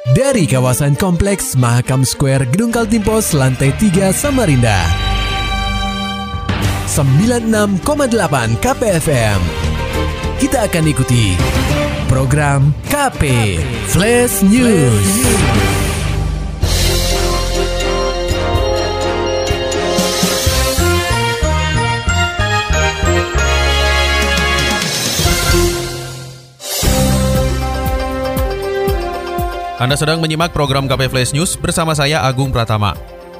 Dari kawasan Kompleks Mahakam Square Gedung Kaltimpos Lantai 3 Samarinda 96,8 KPFM. Kita akan ikuti program KP Flash News. Anda sedang menyimak program KP Flash News bersama saya Agung Pratama.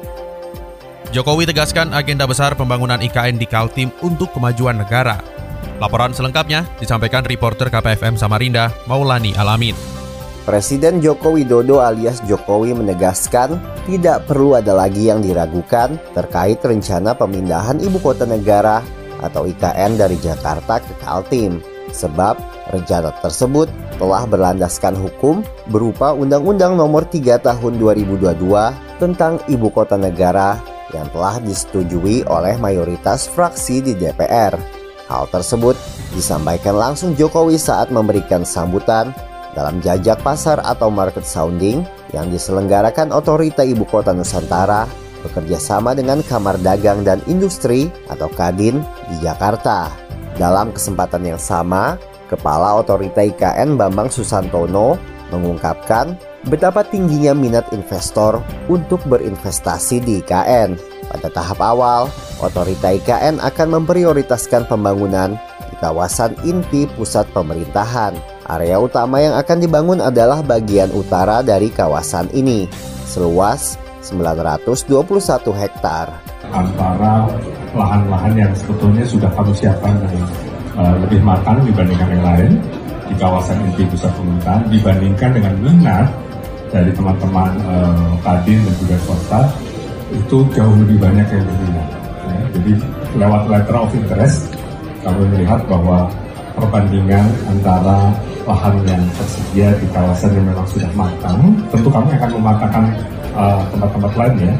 Jokowi tegaskan agenda besar pembangunan IKN di Kaltim untuk kemajuan negara. Laporan selengkapnya disampaikan reporter KPFM Samarinda, Maulani Alamin. Presiden Joko Widodo alias Jokowi menegaskan tidak perlu ada lagi yang diragukan terkait rencana pemindahan ibu kota negara atau IKN dari Jakarta ke Kaltim. Sebab rencana tersebut telah berlandaskan hukum berupa Undang-Undang Nomor 3 Tahun 2022 tentang Ibu Kota Negara yang telah disetujui oleh mayoritas fraksi di DPR. Hal tersebut disampaikan langsung Jokowi saat memberikan sambutan dalam jajak pasar atau market sounding yang diselenggarakan Otorita Ibu Kota Nusantara bekerja sama dengan Kamar Dagang dan Industri atau Kadin di Jakarta. Dalam kesempatan yang sama, Kepala Otorita IKN Bambang Susantono mengungkapkan betapa tingginya minat investor untuk berinvestasi di IKN. Pada tahap awal, Otorita IKN akan memprioritaskan pembangunan di kawasan inti pusat pemerintahan. Area utama yang akan dibangun adalah bagian utara dari kawasan ini, seluas 921 hektar. Antara lahan-lahan yang sebetulnya sudah kami siapkan lebih matang dibandingkan yang lain di kawasan inti pusat pemerintahan, dibandingkan dengan minat dari teman-teman Kadin dan juga swasta itu jauh lebih banyak yang berminat. Ya, jadi lewat letter of interest kami melihat bahwa perbandingan antara lahan yang tersedia di kawasan yang memang sudah matang, tentu kami akan mematangkan tempat-tempat lainnya.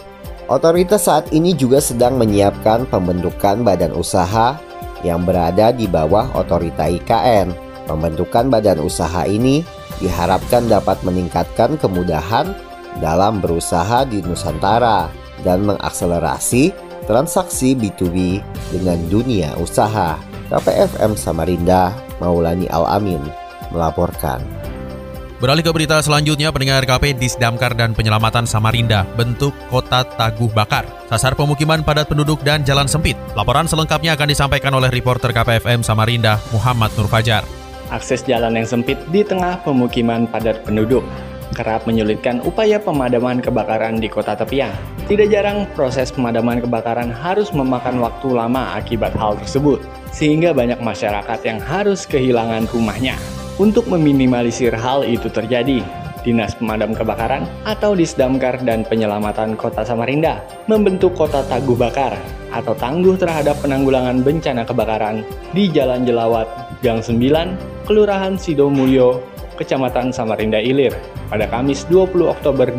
Otoritas saat ini juga sedang menyiapkan pembentukan badan usaha yang berada di bawah Otorita IKN. Pembentukan badan usaha ini diharapkan dapat meningkatkan kemudahan dalam berusaha di Nusantara dan mengakselerasi transaksi B2B dengan dunia usaha. KPFM Samarinda, Maulani Alamin melaporkan. Beralih ke berita selanjutnya, pendengar KP Disdamkar dan Penyelamatan Samarinda bentuk kota Taguh Bakar. Sasar pemukiman padat penduduk dan jalan sempit. Laporan selengkapnya akan disampaikan oleh reporter KPFM Samarinda, Muhammad Nur Fajar. Akses jalan yang sempit di tengah pemukiman padat penduduk kerap menyulitkan upaya pemadaman kebakaran di kota tepian. Tidak jarang proses pemadaman kebakaran harus memakan waktu lama akibat hal tersebut, sehingga banyak masyarakat yang harus kehilangan rumahnya. Untuk meminimalisir hal itu terjadi, Dinas Pemadam Kebakaran atau Disdamkar dan Penyelamatan Kota Samarinda membentuk Kota Taguh Bakar atau Tangguh Terhadap Penanggulangan Bencana Kebakaran di Jalan Jelawat, Gang 9, Kelurahan Sidomulyo, Kecamatan Samarinda Ilir pada Kamis 20 Oktober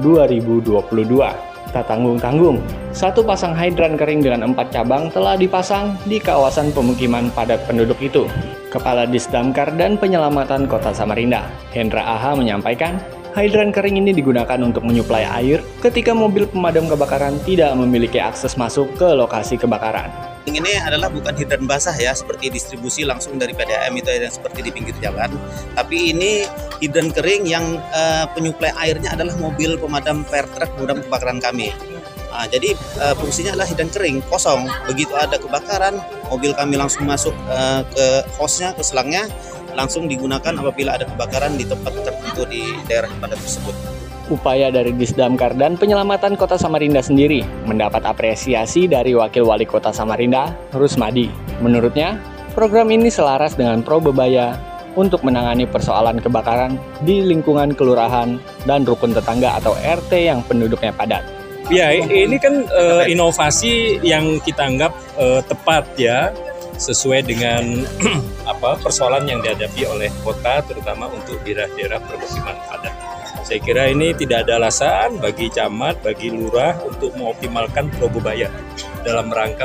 2022. Tak tanggung-tanggung, satu pasang hidran kering dengan 4 cabang telah dipasang di kawasan pemukiman padat penduduk itu. Kepala Disdamkar dan Penyelamatan Kota Samarinda, Hendra AH menyampaikan, hidran kering ini digunakan untuk menyuplai air ketika mobil pemadam kebakaran tidak memiliki akses masuk ke lokasi kebakaran. Ini adalah bukan hidran basah ya, seperti distribusi langsung dari PDAM itu yang seperti di pinggir jalan. Tapi ini hidran kering yang penyuplai airnya adalah mobil pemadam fire truck pemadam kebakaran kami. Jadi fungsinya adalah hidran kering, kosong. Begitu ada kebakaran, mobil kami langsung masuk ke hose-nya, ke selangnya, langsung digunakan apabila ada kebakaran di tempat tertentu di daerah padat tersebut. Upaya dari Disdamkar dan Penyelamatan Kota Samarinda sendiri mendapat apresiasi dari Wakil Wali Kota Samarinda, Rusmadi. Menurutnya, program ini selaras dengan Probebaya untuk menangani persoalan kebakaran di lingkungan kelurahan dan rukun tetangga atau RT yang penduduknya padat. Ya, ini kan inovasi yang kita anggap tepat ya, sesuai dengan persoalan yang dihadapi oleh kota, terutama untuk daerah-daerah permukiman padat. Saya kira ini tidak ada alasan bagi camat, bagi lurah untuk mengoptimalkan Probebaya dalam rangka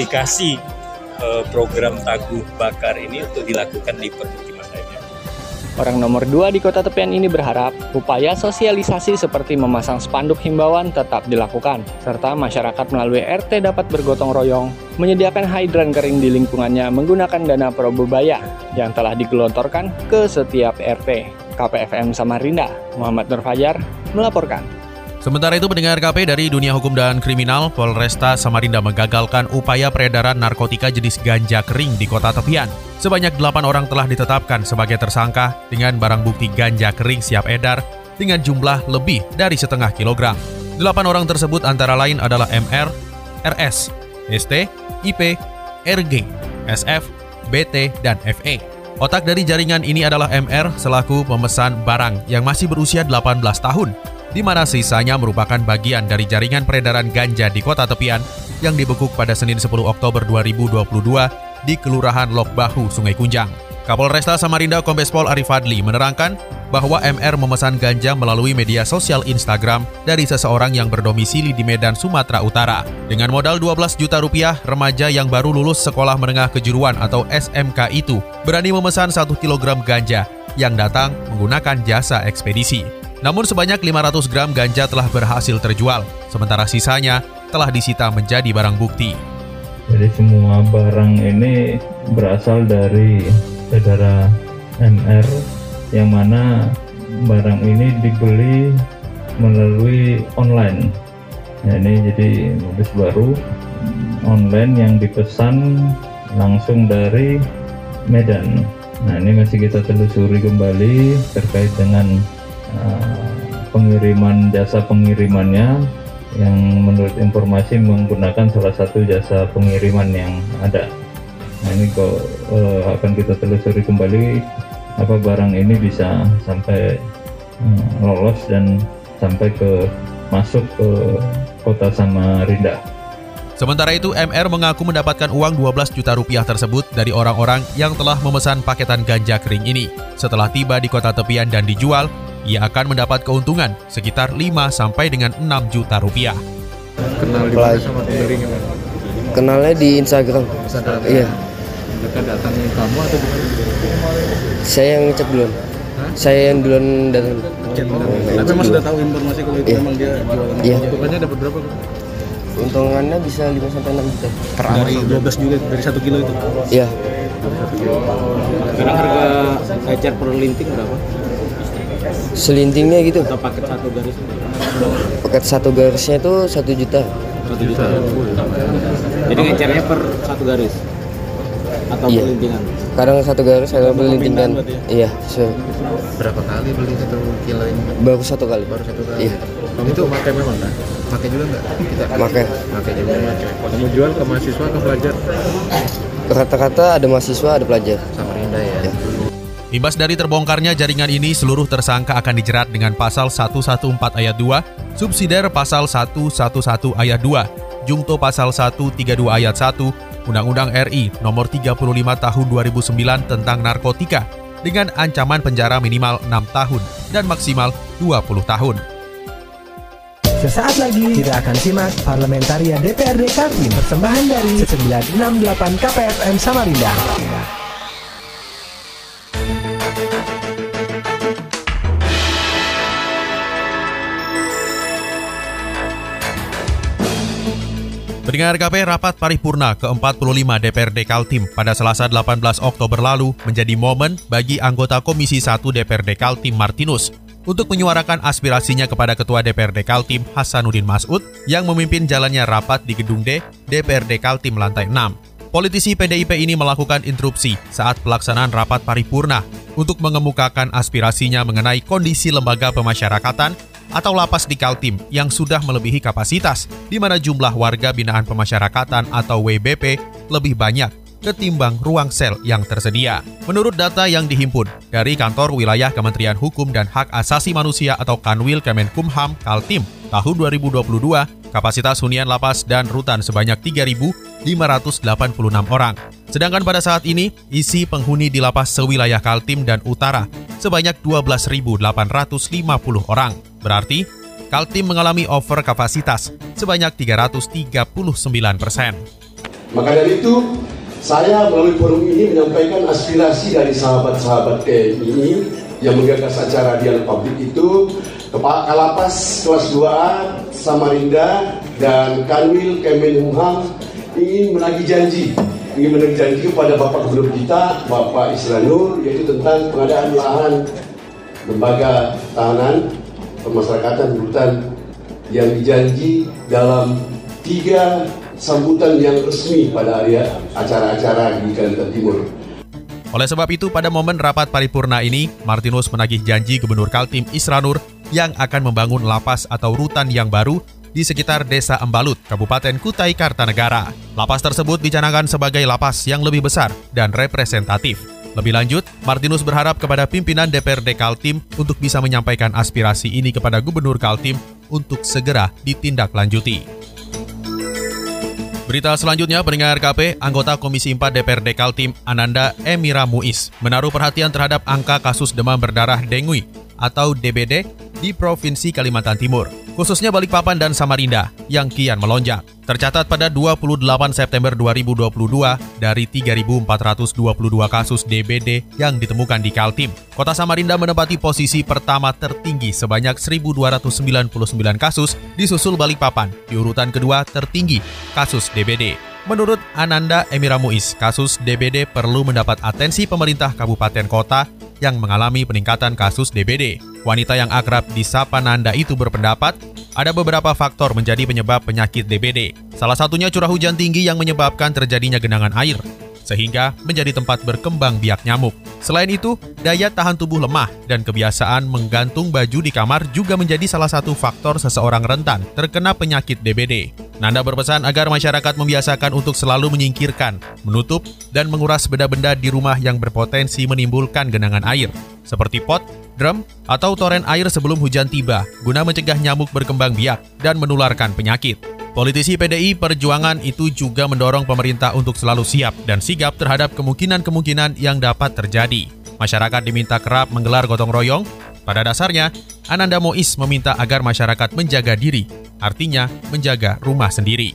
mereplikasi program Taguh Bakar ini untuk dilakukan di permukiman lainnya. Orang nomor 2 di Kota Tepian ini berharap upaya sosialisasi seperti memasang spanduk himbauan tetap dilakukan, serta masyarakat melalui RT dapat bergotong royong menyediakan hidran kering di lingkungannya menggunakan dana Probebaya yang telah digelontorkan ke setiap RT. KPFM Samarinda, Muhammad Nur Fajar melaporkan. Sementara itu, pendengar KP dari dunia hukum dan kriminal, Polresta Samarinda menggagalkan upaya peredaran narkotika jenis ganja kering di Kota Tepian. Sebanyak 8 orang telah ditetapkan sebagai tersangka dengan barang bukti ganja kering siap edar dengan jumlah lebih dari setengah kilogram. 8 orang tersebut antara lain adalah MR, RS, ST, IP, RG, SF, BT, dan FE. Otak dari jaringan ini adalah MR selaku pemesan barang yang masih berusia 18 tahun, di mana sisanya merupakan bagian dari jaringan peredaran ganja di Kota Tepian yang dibekuk pada Senin 10 Oktober 2022 di Kelurahan Lok Bahu, Sungai Kunjang. Kapolresta Samarinda Kombes Pol Arif Fadli menerangkan bahwa MR memesan ganja melalui media sosial Instagram dari seseorang yang berdomisili di Medan, Sumatera Utara. Dengan modal 12 juta rupiah, remaja yang baru lulus sekolah menengah kejuruan atau SMK itu berani memesan 1 kilogram ganja yang datang menggunakan jasa ekspedisi. Namun sebanyak 500 gram ganja telah berhasil terjual, sementara sisanya telah disita menjadi barang bukti. Jadi semua barang ini berasal dari saudara MR, yang mana barang ini dibeli melalui online. Nah, ini jadi modus baru online yang dipesan langsung dari Medan. Nah, ini masih kita telusuri kembali terkait dengan pengiriman, jasa pengirimannya, yang menurut informasi menggunakan salah satu jasa pengiriman yang ada. Nah, ini kok akan kita telusuri kembali apa barang ini bisa sampai lolos dan sampai masuk ke Kota Samarinda. Sementara itu, MR mengaku mendapatkan uang 12 juta rupiah tersebut dari orang-orang yang telah memesan paketan ganja kering ini. Setelah tiba di Kota Tepian dan dijual, ia akan mendapat keuntungan sekitar 5 sampai dengan 6 juta rupiah. Kenal di mana sama pembelinya? Kenalnya di Instagram. Iya. Mereka datangin kamu atau gimana? Saya yang ngecek duluan. Saya yang duluan datang. Tapi Mas sudah tahu informasi kalau itu memang dia jualan. Iya. Untungannya dapat berapa? Untungannya bisa 5 sampai 6 juta. Dari 12 juga, dari 1 kilo itu? Iya. Sekarang harga ecer per linting berapa? Selintingnya gitu. Atau paket 1 garis? Paket 1 garisnya itu 1 juta. 1 juta. Jadi ngecernya per 1 garis? Atau iya. Pelintingan? Kadang 1 garis, kadang pelintingan. Iya. Berapa kali beli 1 kilo ini? Baru 1 kali. Baru 1 kali? Iya. Kamu itu pakai memang kan? Pakai juga nggak? Pakai juga. Kamu jual ke mahasiswa, ke pelajar? Rata-rata ada mahasiswa, ada pelajar. Samarinda ya? Imbas dari terbongkarnya jaringan ini, seluruh tersangka akan dijerat dengan pasal 114 ayat 2, subsidiar pasal 111 ayat 2, jungto pasal 132 ayat 1, Undang-Undang RI nomor 35 tahun 2009 tentang narkotika dengan ancaman penjara minimal 6 tahun dan maksimal 20 tahun. Sesaat lagi kita akan simak Parlamentaria DPRD Kaltim, persembahan dari 968 KPFM Samarinda. Pendengar KP, rapat paripurna ke-45 DPRD Kaltim pada Selasa 18 Oktober lalu menjadi momen bagi anggota Komisi 1 DPRD Kaltim Martinus untuk menyuarakan aspirasinya kepada Ketua DPRD Kaltim Hasanuddin Mas'ud yang memimpin jalannya rapat di Gedung D DPRD Kaltim lantai 6. Politisi PDIP ini melakukan interupsi saat pelaksanaan rapat paripurna untuk mengemukakan aspirasinya mengenai kondisi lembaga pemasyarakatan atau lapas di Kaltim yang sudah melebihi kapasitas, di mana jumlah warga binaan pemasyarakatan atau WBP lebih banyak ketimbang ruang sel yang tersedia. Menurut data yang dihimpun dari Kantor Wilayah Kementerian Hukum dan Hak Asasi Manusia atau Kanwil Kemenkumham Kaltim, tahun 2022, kapasitas hunian lapas dan rutan sebanyak 3.586 orang. Sedangkan pada saat ini, isi penghuni di lapas sewilayah Kaltim dan Utara sebanyak 12.850 orang. Berarti, Kaltim mengalami over kapasitas sebanyak 339%. Maka dari itu, saya melalui forum ini menyampaikan aspirasi dari sahabat-sahabat TNI yang menggagas acara dialog publik itu Kepala Kalapas kelas 2A Samarinda dan Kanwil Kemenkumham ingin menagih janji kepada Bapak Gubernur kita, Bapak Isranur, yaitu tentang pengadaan lahan lembaga tahanan pemasyarakatan hutan yang dijanji dalam 3 sambutan yang resmi pada acara-acara di Kalimantan Timur. Oleh sebab itu, pada momen rapat paripurna ini, Martinus menagih janji Gubernur Kaltim Isranur yang akan membangun lapas atau rutan yang baru di sekitar Desa Embalut, Kabupaten Kutai Kartanegara. Lapas tersebut dicanangkan sebagai lapas yang lebih besar dan representatif. Lebih lanjut, Martinus berharap kepada pimpinan DPRD Kaltim untuk bisa menyampaikan aspirasi ini kepada Gubernur Kaltim untuk segera ditindaklanjuti. Berita selanjutnya, pendengar KP, anggota Komisi 4 DPRD Kaltim, Ananda Emira Muiz, menaruh perhatian terhadap angka kasus demam berdarah dengue atau DBD di Provinsi Kalimantan Timur, khususnya Balikpapan dan Samarinda, yang kian melonjak. Tercatat pada 28 September 2022, dari 3.422 kasus DBD yang ditemukan di Kaltim, Kota Samarinda menempati posisi pertama tertinggi sebanyak 1.299 kasus, disusul Balikpapan di urutan kedua tertinggi kasus DBD. Menurut Ananda Emira Muiz, kasus DBD perlu mendapat atensi pemerintah kabupaten kota yang mengalami peningkatan kasus DBD. Wanita yang akrab disapa Nanda itu berpendapat ada beberapa faktor menjadi penyebab penyakit DBD. Salah satunya curah hujan tinggi yang menyebabkan terjadinya genangan air, sehingga menjadi tempat berkembang biak nyamuk. Selain itu, daya tahan tubuh lemah dan kebiasaan menggantung baju di kamar juga menjadi salah satu faktor seseorang rentan terkena penyakit DBD. Nanda berpesan agar masyarakat membiasakan untuk selalu menyingkirkan, menutup, dan menguras benda-benda di rumah yang berpotensi menimbulkan genangan air, seperti pot, drum, atau toren air sebelum hujan tiba, guna mencegah nyamuk berkembang biak dan menularkan penyakit. Politisi PDI Perjuangan itu juga mendorong pemerintah untuk selalu siap dan sigap terhadap kemungkinan-kemungkinan yang dapat terjadi. Masyarakat diminta kerap menggelar gotong royong. Pada dasarnya, Ananda Muiz meminta agar masyarakat menjaga diri, artinya menjaga rumah sendiri.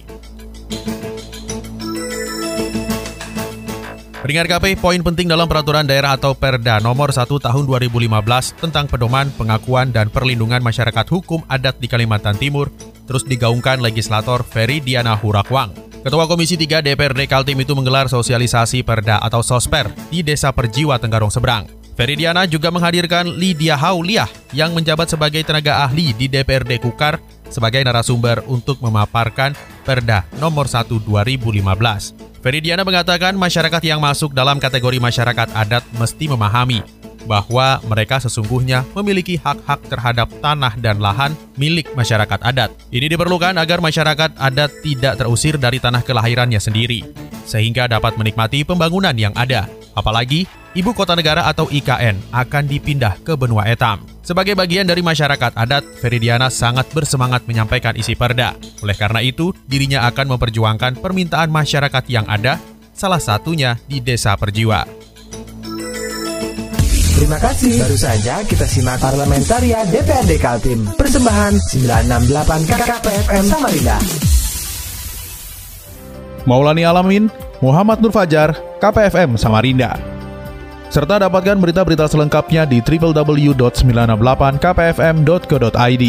Pendengar KP, poin penting dalam peraturan daerah atau Perda nomor 1 tahun 2015 tentang pedoman, pengakuan, dan perlindungan masyarakat hukum adat di Kalimantan Timur terus digaungkan legislator Ferry Diana Hurakwang. Ketua Komisi 3 DPRD Kaltim itu menggelar sosialisasi Perda atau Sosper di Desa Perjiwa, Tenggarong Seberang. Ferry Diana juga menghadirkan Lydia Hauliah yang menjabat sebagai tenaga ahli di DPRD Kukar sebagai narasumber untuk memaparkan Perda nomor 1 2015. Ferry Diana mengatakan masyarakat yang masuk dalam kategori masyarakat adat mesti memahami bahwa mereka sesungguhnya memiliki hak-hak terhadap tanah dan lahan milik masyarakat adat. Ini diperlukan agar masyarakat adat tidak terusir dari tanah kelahirannya sendiri, sehingga dapat menikmati pembangunan yang ada. Apalagi, Ibu Kota Negara atau IKN akan dipindah ke benua Etam. Sebagai bagian dari masyarakat adat, Ferry Diana sangat bersemangat menyampaikan isi perda. Oleh karena itu, dirinya akan memperjuangkan permintaan masyarakat yang ada, salah satunya di Desa Perjiwa. Terima kasih. Baru saja kita simak Parlamentaria DPRD Kaltim. Persembahan 968 KPFM Samarinda. Maulani Alamin, Muhammad Nur Fajar, KPFM Samarinda. Serta dapatkan berita-berita selengkapnya di www.968kpfm.co.id.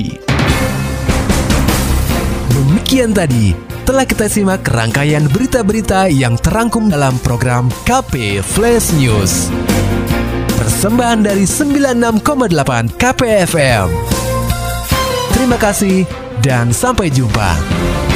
Demikian tadi telah kita simak rangkaian berita-berita yang terangkum dalam program KP Flash News. Persembahan dari 96,8 KPFM. Terima kasih dan sampai jumpa.